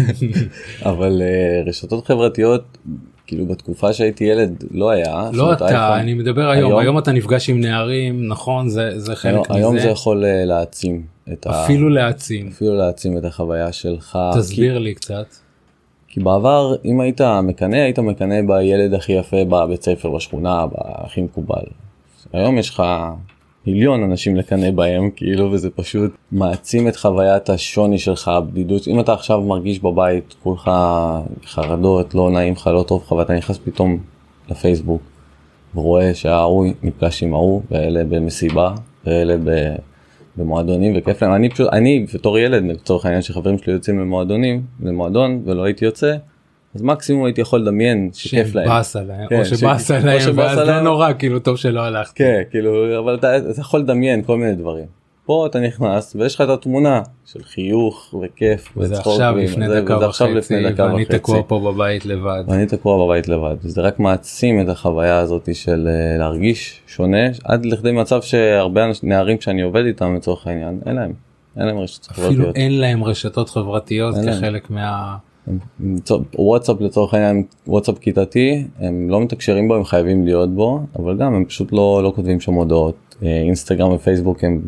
אבל uh, רשתות חברתיות, כאילו בתקופה שהייתי ילד לא היה. לא אתה, אייפון. אני מדבר היום. היום, היום אתה נפגש עם נערים, נכון, זה, זה חלק היום, מזה. היום זה יכול uh, להעצים. את אפילו ה... להעצים. אפילו להעצים את החוויה שלך. תסביר כי... לי קצת. כי בעבר, אם היית מקנה, היית מקנה בילד הכי יפה בבית ספר, בשכונה, הכי מקובל. היום יש לך מיליון אנשים לקנה בהם, כאילו, וזה פשוט מעצים את חוויית השוני שלך, הבדידות. אם אתה עכשיו מרגיש בבית, כולך חרדות, לא נעים לך, לא טוב לך, ואתה נכנס פתאום לפייסבוק, ורואה שההוא נפגש עם ההוא, ואלה במסיבה, ואלה ב... במועדונים, וכיף להם. אני פשוט, אני בתור ילד, לצורך העניין שחברים שלי יוצאים למועדונים, למועדון, ולא הייתי יוצא, אז מקסימום הייתי יכול לדמיין שכיף להם. שבאס עליהם, או שבאס עליהם, ואז לא נורא, כאילו טוב שלא הלכתי. כן, כאילו, אבל אתה יכול לדמיין כל מיני דברים. פה אתה נכנס, ויש לך את התמונה של חיוך וכיף וצחוק. וזה עכשיו לפני דקה וחצי, ואני תקוע פה בבית לבד. ואני תקוע בבית לבד. וזה רק מעצים את החוויה הזאת של להרגיש שונה, עד לכדי מצב שהרבה נערים שאני עובד איתם לצורך העניין, אין להם. אין להם רשתות חברתיות. אפילו אין להם רשתות חברתיות כחלק מה... וואטסאפ לצורך העניין, וואטסאפ כיתתי, הם לא מתקשרים בו, הם חייבים להיות בו, אבל גם הם פשוט לא, לא כותבים שם הודעות. אינסטגרם ופייסבוק הם,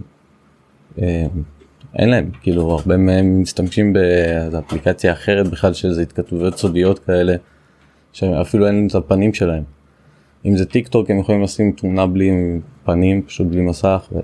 אין להם, כאילו הרבה מהם מסתמשים באפליקציה אחרת בכלל, שזה התכתבויות סודיות כאלה, שאפילו אין את הפנים שלהם. אם זה טיק טוק, הם יכולים לשים תמונה בלי פנים, פשוט בלי מסך, ו...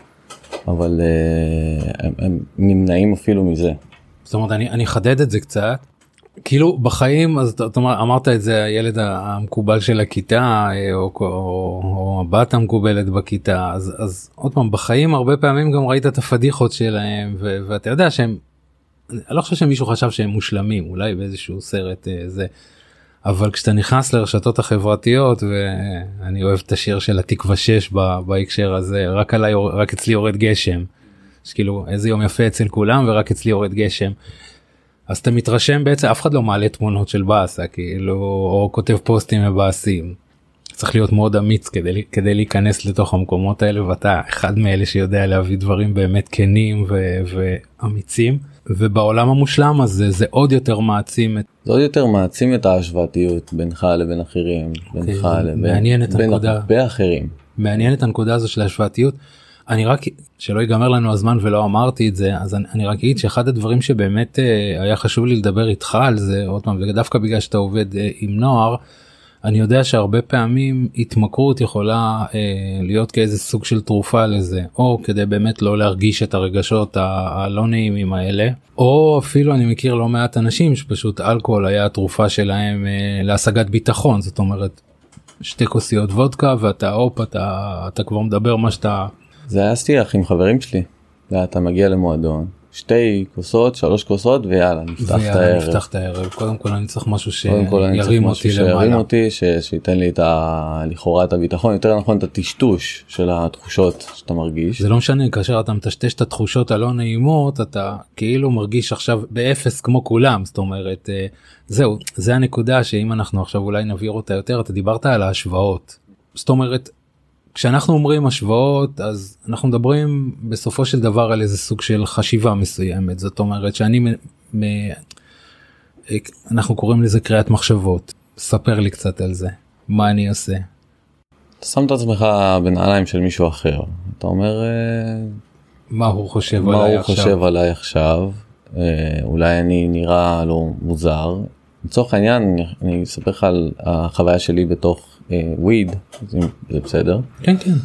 אבל הם, הם נמנעים אפילו מזה. זאת אומרת, אני, אני חדד את זה קצת. כאילו בחיים, אז אתה אמרת את זה, הילד המקובל של הכיתה, או, או, או הבת המקובלת בכיתה, אז, אז עוד פעם, בחיים הרבה פעמים גם ראית את הפדיחות שלהם, ו, ואתה יודע שהם, אני לא חושב שמישהו חשב שהם מושלמים, אולי באיזשהו סרט זה, אבל כשאתה נכנס לרשתות החברתיות, ואני אוהב את השיר של התקווה שש בהקשר הזה, רק עליי, רק אצלי יורד גשם, שכאילו איזה יום יפה אצל כולם, ורק אצלי יורד גשם. אז אתה מתרשם בעצם, אף אחד לא מעלה תמונות של באסה, כאילו, או כותב פוסטים מבאסים. צריך להיות מאוד אמיץ כדי, כדי להיכנס לתוך המקומות האלה, ואתה אחד מאלה שיודע להביא דברים באמת כנים ו- ואמיצים. ובעולם המושלם הזה, זה עוד יותר מעצים את... זה עוד יותר מעצים את ההשוואתיות בינך לבין אחרים, בינך לבין... בין הרבה אחרים. מעניין את הנקודה הזו של ההשוואתיות. אני רק, שלא ייגמר לנו הזמן ולא אמרתי את זה, אז אני, אני רק אגיד שאחד הדברים שבאמת אה, היה חשוב לי לדבר איתך על זה, עוד פעם, ודווקא בגלל שאתה עובד אה, עם נוער, אני יודע שהרבה פעמים התמכרות יכולה אה, להיות כאיזה סוג של תרופה לזה, או כדי באמת לא להרגיש את הרגשות ה- הלא נעימים האלה, או אפילו אני מכיר לא מעט אנשים שפשוט אלכוהול היה התרופה שלהם אה, להשגת ביטחון, זאת אומרת, שתי כוסיות וודקה ואתה הופ, אתה, אתה כבר מדבר מה שאתה... זה היה שיח עם חברים שלי, אתה מגיע למועדון, שתי כוסות, שלוש כוסות ויאללה, נפתח את הערב. נפתח את הערב, קודם כל אני צריך משהו שירים אותי למעלה. שירים אותי, שייתן לי את לכאורה את הביטחון, יותר נכון את הטשטוש של התחושות שאתה מרגיש. זה לא משנה, כאשר אתה מטשטש את התחושות הלא נעימות, אתה כאילו מרגיש עכשיו באפס כמו כולם, זאת אומרת, זהו, זה הנקודה שאם אנחנו עכשיו אולי נבהיר אותה יותר, אתה דיברת על ההשוואות. זאת אומרת, כשאנחנו אומרים השוואות אז אנחנו מדברים בסופו של דבר על איזה סוג של חשיבה מסוימת, זאת אומרת שאני מ... מ... אנחנו קוראים לזה קריאת מחשבות. ספר לי קצת על זה, מה אני עושה. אתה שם את עצמך בנעליים של מישהו אחר, אתה אומר מה הוא חושב מה עליי הוא עכשיו. חושב עליי עכשיו, אולי אני נראה לו מוזר. לצורך העניין אני, אני אספר לך על החוויה שלי בתוך וויד, זה, זה בסדר? כן כן.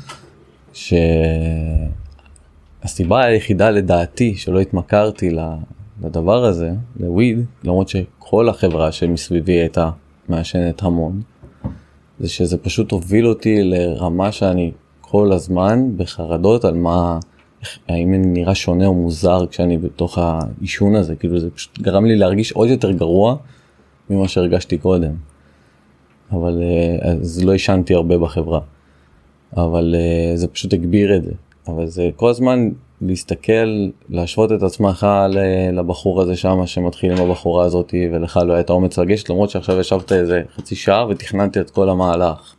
שהסיבה היחידה לדעתי שלא התמכרתי לדבר הזה, לוויד, למרות שכל החברה שמסביבי הייתה מעשנת המון, זה שזה פשוט הוביל אותי לרמה שאני כל הזמן בחרדות על מה, האם אני נראה שונה או מוזר כשאני בתוך האישון הזה, כאילו זה פשוט גרם לי להרגיש עוד יותר גרוע ממה שהרגשתי קודם. אבל אז לא ישנתי הרבה בחברה, אבל זה פשוט הגביר את זה. אבל זה כל הזמן להסתכל, להשוות את עצמך לבחור הזה שם שמתחיל עם הבחורה הזאת, ולך לא הייתה אומץ לגשת, למרות שעכשיו ישבת איזה חצי שעה ותכננתי את כל המהלך.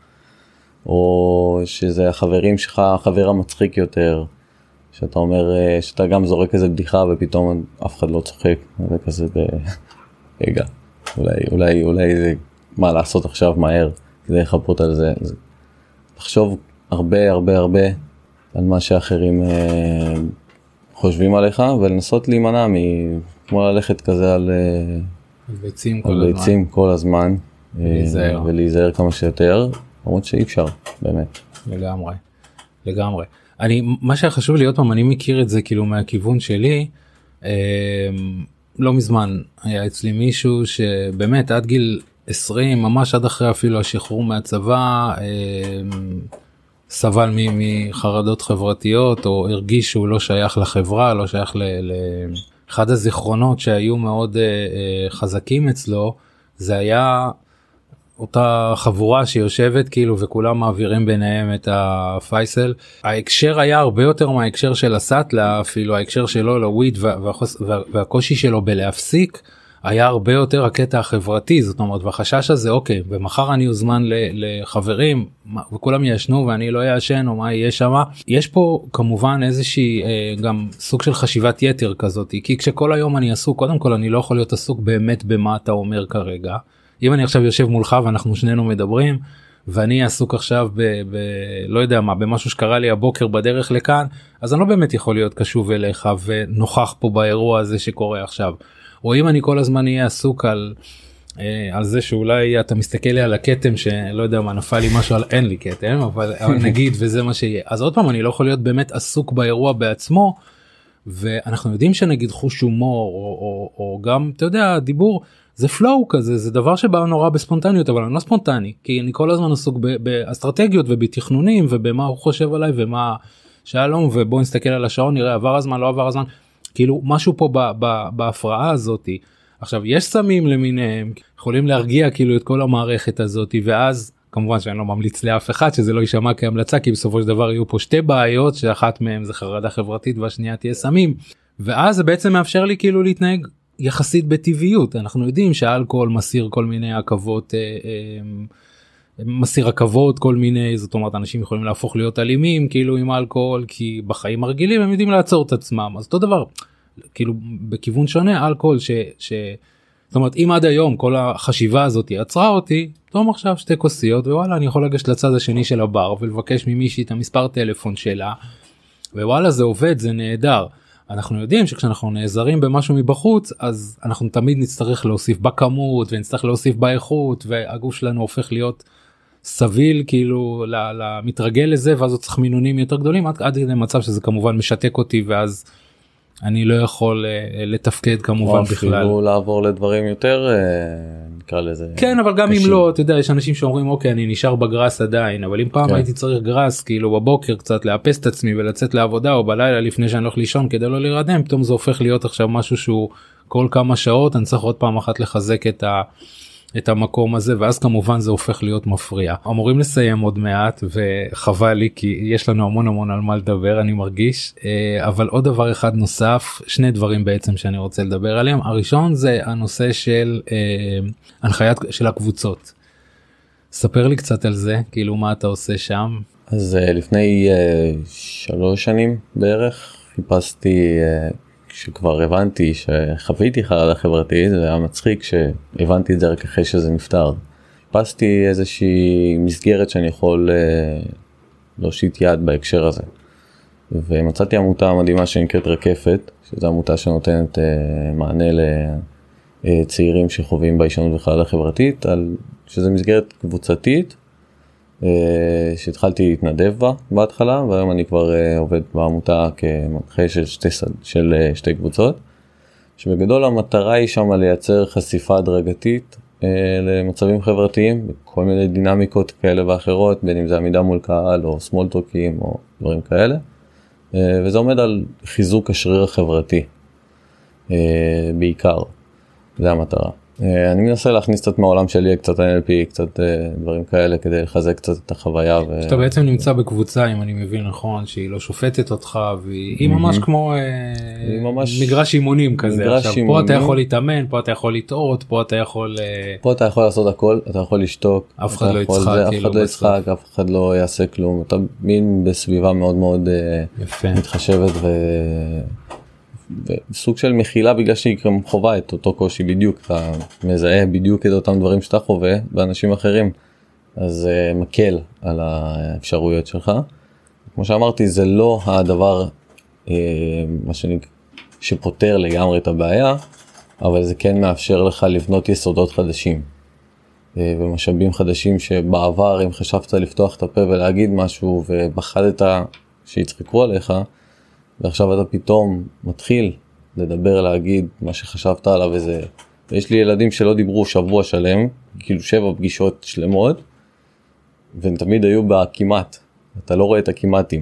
או שזה החברים שלך, החבר המצחיק יותר, שאתה אומר, שאתה גם זורק איזה בדיחה ופתאום אף אחד לא צוחק, זה כזה ב... רגע, אולי, אולי, אולי זה מה לעשות עכשיו מהר, כדי לחפות על זה. זה... תחשוב הרבה הרבה הרבה על מה שאחרים אה, חושבים עליך, ולנסות להימנע מ... כמו ללכת כזה על ביצים כל על הזמן. ביצים כל הזמן, ולהיזהר. אה, ולהיזהר כמה שיותר, למרות שאי אפשר, באמת. לגמרי, לגמרי. אני, מה שחשוב לי עוד פעם, אני מכיר את זה כאילו מהכיוון שלי, אה, לא מזמן היה אצלי מישהו שבאמת עד גיל עשרים, ממש עד אחרי אפילו השחרור מהצבא, אה, סבל מחרדות חברתיות, או הרגיש שהוא לא שייך לחברה, לא שייך ל... ל... אחד הזיכרונות שהיו מאוד uh, uh, חזקים אצלו, זה היה אותה חבורה שיושבת כאילו וכולם מעבירים ביניהם את הפייסל. ההקשר היה הרבה יותר מההקשר של הסאטלה, אפילו ההקשר שלו לוויד והחוס... וה... והקושי שלו בלהפסיק, היה הרבה יותר הקטע החברתי, זאת אומרת, והחשש הזה, אוקיי, ומחר אני אוזמן לחברים, וכולם ישנו ואני לא ישן, או מה יהיה שם. יש פה כמובן איזושהי, גם סוג של חשיבת יתר כזאת, כי כשכל היום אני עסוק, קודם כל אני לא יכול להיות עסוק באמת במה אתה אומר כרגע. אם אני עכשיו יושב מולך ואנחנו שנינו מדברים, ואני עסוק עכשיו ב, ב לא יודע מה, במשהו שקרה לי הבוקר בדרך לכאן, אז אני לא באמת יכול להיות קשוב אליך ונוכח פה באירוע הזה שקורה עכשיו. או אם אני כל הזמן אהיה עסוק על, אה, על זה שאולי אתה מסתכל לי על הכתם שלא יודע מה, נפל לי משהו על, אין לי כתם, אבל, אבל נגיד וזה מה שיהיה. אז עוד פעם אני לא יכול להיות באמת עסוק באירוע בעצמו, ואנחנו יודעים שנגיד חוש הומור, או, או, או גם, אתה יודע, דיבור, זה פלואו כזה, זה דבר שבא נורא בספונטניות, אבל אני לא ספונטני, כי אני כל הזמן עסוק באסטרטגיות ובתכנונים, ובמה הוא חושב עליי, ומה שלום, ובוא נסתכל על השעון, נראה עבר הזמן, לא עבר הזמן, כאילו משהו פה ב, ב, בהפרעה הזאת. עכשיו יש סמים למיניהם, יכולים להרגיע כאילו את כל המערכת הזאת, ואז כמובן שאני לא ממליץ לאף אחד שזה לא יישמע כהמלצה, כי בסופו של דבר יהיו פה שתי בעיות, שאחת מהן זה חרדה חברתית והשנייה תהיה סמים, ואז זה בעצם מאפשר לי כאילו להתנהג יחסית בטבעיות. אנחנו יודעים שהאלכוהול מסיר כל מיני עכבות, אה, אה, מסיר עכבות כל מיני, זאת אומרת אנשים יכולים להפוך להיות אלימים כאילו עם אלכוהול, כי בחיים הרגילים הם יודעים לעצור את עצמם. אז אותו דבר כאילו בכיוון שונה, אלכוהול ש, ש... זאת אומרת אם עד היום כל החשיבה הזאת עצרה אותי, תום עכשיו שתי כוסיות ווואלה אני יכול לגשת לצד השני של הבר ולבקש ממישהי את המספר טלפון שלה, ווואלה זה עובד, זה נהדר. אנחנו יודעים שכשאנחנו נעזרים במשהו מבחוץ, אז אנחנו תמיד נצטרך להוסיף בכמות ונצטרך להוסיף באיכות, והגוף שלנו הופך להיות סביל כאילו למתרגל לזה, ואז הוא צריך מינונים יותר גדולים, עד, עד למצב שזה כמובן משתק אותי, ואז אני לא יכול uh, לתפקד כמובן בכלל. או אפילו לעבור לדברים יותר, uh, נקרא לזה. כן, אבל גם קשים. אם לא, אתה יודע, יש אנשים שאומרים, אוקיי, אני נשאר בגרס עדיין, אבל אם פעם כן. הייתי צריך גרס, כאילו בבוקר קצת לאפס את עצמי ולצאת לעבודה, או בלילה לפני שאני הולך לישון כדי לא להירדם, פתאום זה הופך להיות עכשיו משהו שהוא כל כמה שעות, אני צריך עוד פעם אחת לחזק את ה... את המקום הזה, ואז כמובן זה הופך להיות מפריע. אמורים לסיים עוד מעט, וחבל לי כי יש לנו המון המון על מה לדבר, אני מרגיש, אבל עוד דבר אחד נוסף, שני דברים בעצם שאני רוצה לדבר עליהם. הראשון זה הנושא של הנחיית של הקבוצות. ספר לי קצת על זה, כאילו מה אתה עושה שם. אז uh, לפני uh, שלוש שנים בערך חיפשתי, uh, כשכבר הבנתי שחוויתי חרדה חברתית, זה היה מצחיק שהבנתי את זה רק אחרי שזה נפטר. חיפשתי איזושהי מסגרת שאני יכול uh, להושיט יד בהקשר הזה. ומצאתי עמותה מדהימה שנקראת רקפת, שזו עמותה שנותנת uh, מענה לצעירים שחווים בהישנות וחרדה חברתית, על, שזה מסגרת קבוצתית, uh, שהתחלתי להתנדב בה בהתחלה, והיום אני כבר uh, עובד בעמותה כמנחה של שתי, של uh, שתי קבוצות, שבגדול המטרה היא שם לייצר חשיפה הדרגתית uh, למצבים חברתיים, בכל מיני דינמיקות כאלה ואחרות, בין אם זה עמידה מול קהל או סמולטוקים או דברים כאלה. וזה עומד על חיזוק השריר החברתי, בעיקר, זה המטרה. אני מנסה להכניס קצת מהעולם שלי, קצת אן אל פי, קצת דברים כאלה, כדי לחזק קצת את החוויה. שאתה בעצם נמצא בקבוצה, אם אני מבין נכון, שהיא לא שופטת אותך, והיא ממש כמו מגרש אימונים כזה. עכשיו, פה אתה יכול להתאמן, פה אתה יכול לטעות, פה אתה יכול... פה אתה יכול לעשות הכל, אתה יכול לשתוק. אף אחד לא יצחק. אף אחד לא יצחק, אף אחד לא יעשה כלום. אתה מין בסביבה מאוד מאוד מתחשבת ו... וסוג של מכילה, בגלל שהיא גם חובה את אותו קושי בדיוק, אתה מזהה בדיוק את אותם דברים שאתה חווה באנשים אחרים, אז uh, מקל על האפשרויות שלך. כמו שאמרתי, זה לא הדבר uh, מה שנק... שפותר לגמרי את הבעיה, אבל זה כן מאפשר לך לבנות יסודות חדשים uh, ומשאבים חדשים, שבעבר אם חשבת לפתוח את הפה ולהגיד משהו ובחדת שיצחקו עליך, ועכשיו אתה פתאום מתחיל לדבר, להגיד מה שחשבת עליו וזה. ויש לי ילדים שלא דיברו שבוע שלם, כאילו שבע פגישות שלמות, והם תמיד היו בכמעט. אתה לא רואה את הכמעטים.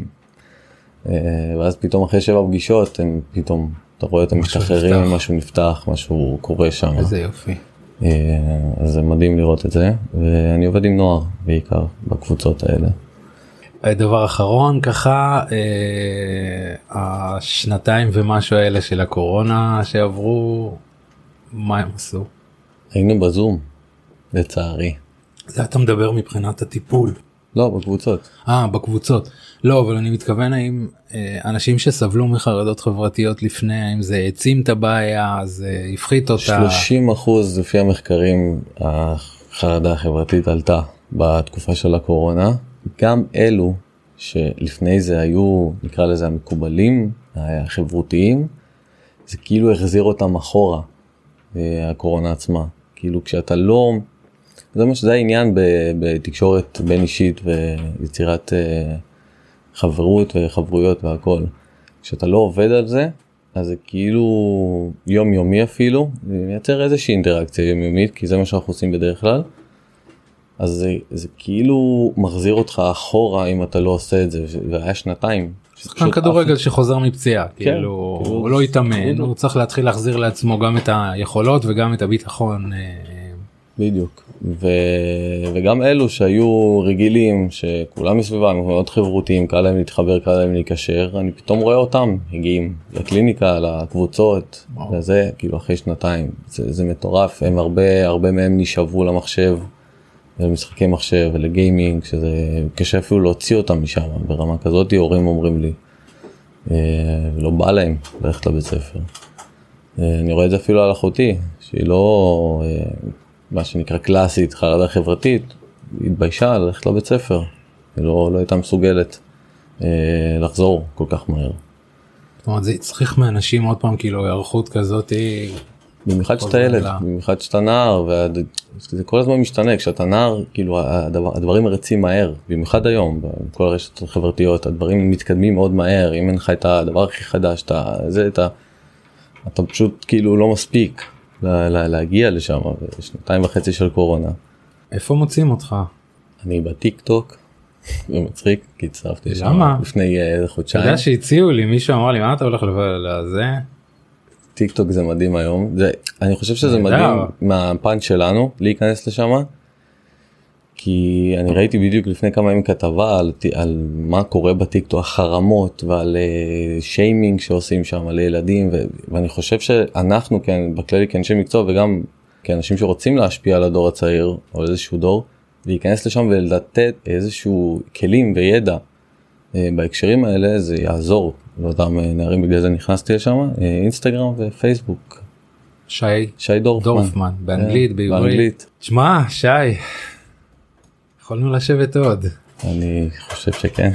ואז פתאום אחרי שבע פגישות, הם פתאום, אתה רואה אותם משתחררים, משהו נפתח, משהו קורה שם. איזה יופי. אז זה מדהים לראות את זה, ואני עובד עם נוער בעיקר בקבוצות האלה. דבר אחרון ככה, אה, השנתיים ומשהו האלה של הקורונה שעברו, מה הם עשו? היינו בזום, לצערי. זה אתה מדבר מבחינת הטיפול. לא, בקבוצות. אה, בקבוצות. לא, אבל אני מתכוון האם אה, אנשים שסבלו מחרדות חברתיות לפני, האם זה העצים את הבעיה, זה הפחית אותה? שלושים אחוז לפי המחקרים, החרדה החברתית עלתה בתקופה של הקורונה. גם אלו שלפני זה היו, נקרא לזה המקובלים, החברותיים, זה כאילו החזיר אותם אחורה, הקורונה עצמה. כאילו כשאתה לא, זה מה שזה העניין בתקשורת בין אישית ויצירת חברות וחברויות והכל. כשאתה לא עובד על זה, אז זה כאילו יום יומי אפילו, זה מייצר איזושהי אינטראקציה יומיומית, כי זה מה שאנחנו עושים בדרך כלל. אז זה, זה כאילו מחזיר אותך אחורה אם אתה לא עושה את זה, והיה שנתיים. שחקן כדורגל אף... שחוזר מפציעה, כן, כאילו, כאילו הוא לא יתאמן, הוא צריך להתחיל להחזיר לעצמו גם את היכולות וגם את הביטחון. בדיוק, ו... וגם אלו שהיו רגילים, שכולם מסביבם, מאוד חברותיים, קל להם להתחבר, קל להם להיקשר, אני פתאום רואה אותם, הגיעים לקליניקה, לקבוצות, וואו. וזה כאילו אחרי שנתיים, זה, זה מטורף, הם הרבה, הרבה מהם נשאבו למחשב, למשחקי מחשב ולגיימינג, שזה קשה אפילו להוציא אותם משם, ברמה כזאת הורים אומרים לי, לא בא להם ללכת לבית ספר. אני רואה את זה אפילו על אחותי, שהיא לא, מה שנקרא קלאסית, חרדה חברתית, היא התביישה ללכת לבית ספר, היא לא, לא הייתה מסוגלת לחזור כל כך מהר. זאת אומרת, זה צריך מאנשים עוד פעם, כאילו, הערכות כזאת היא... במיוחד שאתה ילד, במיוחד שאתה נער, וזה כל הזמן משתנה, כשאתה נער, כאילו הדבר, הדברים מרצים מהר, במיוחד היום, בכל הרשתות החברתיות, הדברים מתקדמים מאוד מהר, אם אין לך את הדבר הכי חדש, אתה, זה, אתה, אתה פשוט כאילו לא מספיק לה, לה, להגיע לשם, שנתיים וחצי של קורונה. איפה מוצאים אותך? אני בטיק טוק, זה מצחיק, כי הצטרפתי שם לפני חודשיים. אתה יודע שהציעו לי, מישהו אמר לי, מה אתה הולך לזה? טיק טוק זה מדהים היום, זה, אני חושב שזה מדהים מהפאנץ' שלנו להיכנס לשם, כי אני ראיתי בדיוק לפני כמה ימים כתבה על, על מה קורה בטיק טוק, החרמות ועל uh, שיימינג שעושים שם על ילדים, ו, ואני חושב שאנחנו כן, בכללי כאנשי מקצוע וגם כאנשים שרוצים להשפיע על הדור הצעיר או איזשהו דור, להיכנס לשם ולתת איזשהו כלים וידע בהקשרים האלה, זה יעזור לאותם נערים. בגלל זה נכנסתי לשם, אינסטגרם ופייסבוק. שי, שי דורפמן. דורפמן, באנגלית, בעברית. באנגלית. תשמע, שי, יכולנו לשבת עוד. אני חושב שכן.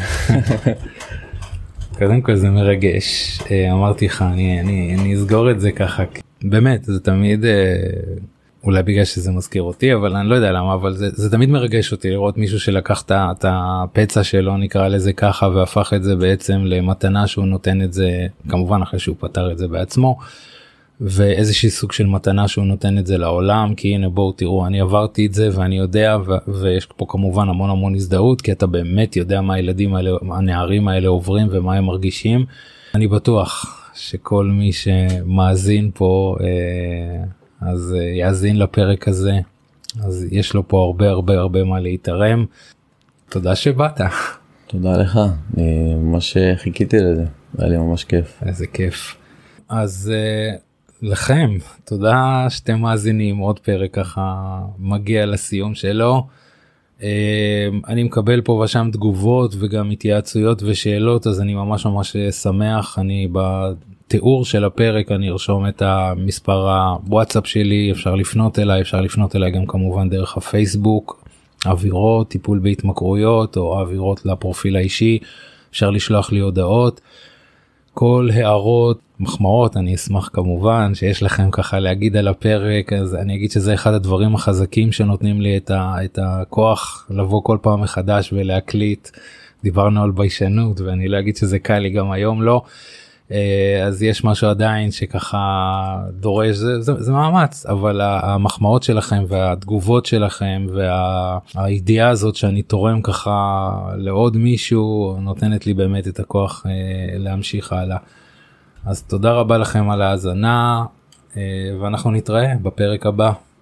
קודם כל זה מרגש. אמרתי לך, אני, אני, אני אסגור את זה ככה. באמת, זה תמיד, אולי בגלל שזה מזכיר אותי, אבל אני לא יודע למה, אבל זה, זה תמיד מרגש אותי לראות מישהו שלקח את הפצע שלו, נקרא לזה ככה, והפך את זה בעצם למתנה שהוא נותן את זה, כמובן אחרי שהוא פתר את זה בעצמו, ואיזושהי סוג של מתנה שהוא נותן את זה לעולם, כי הנה בואו תראו, אני עברתי את זה ואני יודע, ו- ויש פה כמובן המון המון הזדהות, כי אתה באמת יודע מה הילדים האלה, הנערים האלה עוברים ומה הם מרגישים. אני בטוח שכל מי שמאזין פה, אה, אז אה, יאזין לפרק הזה, אז יש לו פה הרבה הרבה הרבה מה להתערם. תודה שבאת. תודה לך, אני ממש חיכיתי לזה, היה לי ממש כיף. איזה כיף. אז אה, לכם, תודה שאתם מאזינים, עוד פרק ככה מגיע לסיום שלו. אני מקבל פה ושם תגובות וגם התייעצויות ושאלות, אז אני ממש ממש שמח. אני בתיאור של הפרק אני ארשום את המספר הוואטסאפ שלי, אפשר לפנות אליי, אפשר לפנות אליי גם כמובן דרך הפייסבוק, אווירות, טיפול בהתמכרויות או אווירות לפרופיל האישי, אפשר לשלוח לי הודעות. כל הערות, מחמאות, אני אשמח כמובן שיש לכם ככה להגיד על הפרק, אז אני אגיד שזה אחד הדברים החזקים שנותנים לי את, ה, את הכוח לבוא כל פעם מחדש ולהקליט. דיברנו על ביישנות ואני לא אגיד שזה קל לי גם היום לא, אז יש משהו עדיין שככה דורש, זה, זה, זה מאמץ, אבל המחמאות שלכם והתגובות שלכם והידיעה הזאת שאני תורם ככה לעוד מישהו נותנת לי באמת את הכוח להמשיך הלאה. אז תודה רבה לכם על ההאזנה, ואנחנו נתראה בפרק הבא.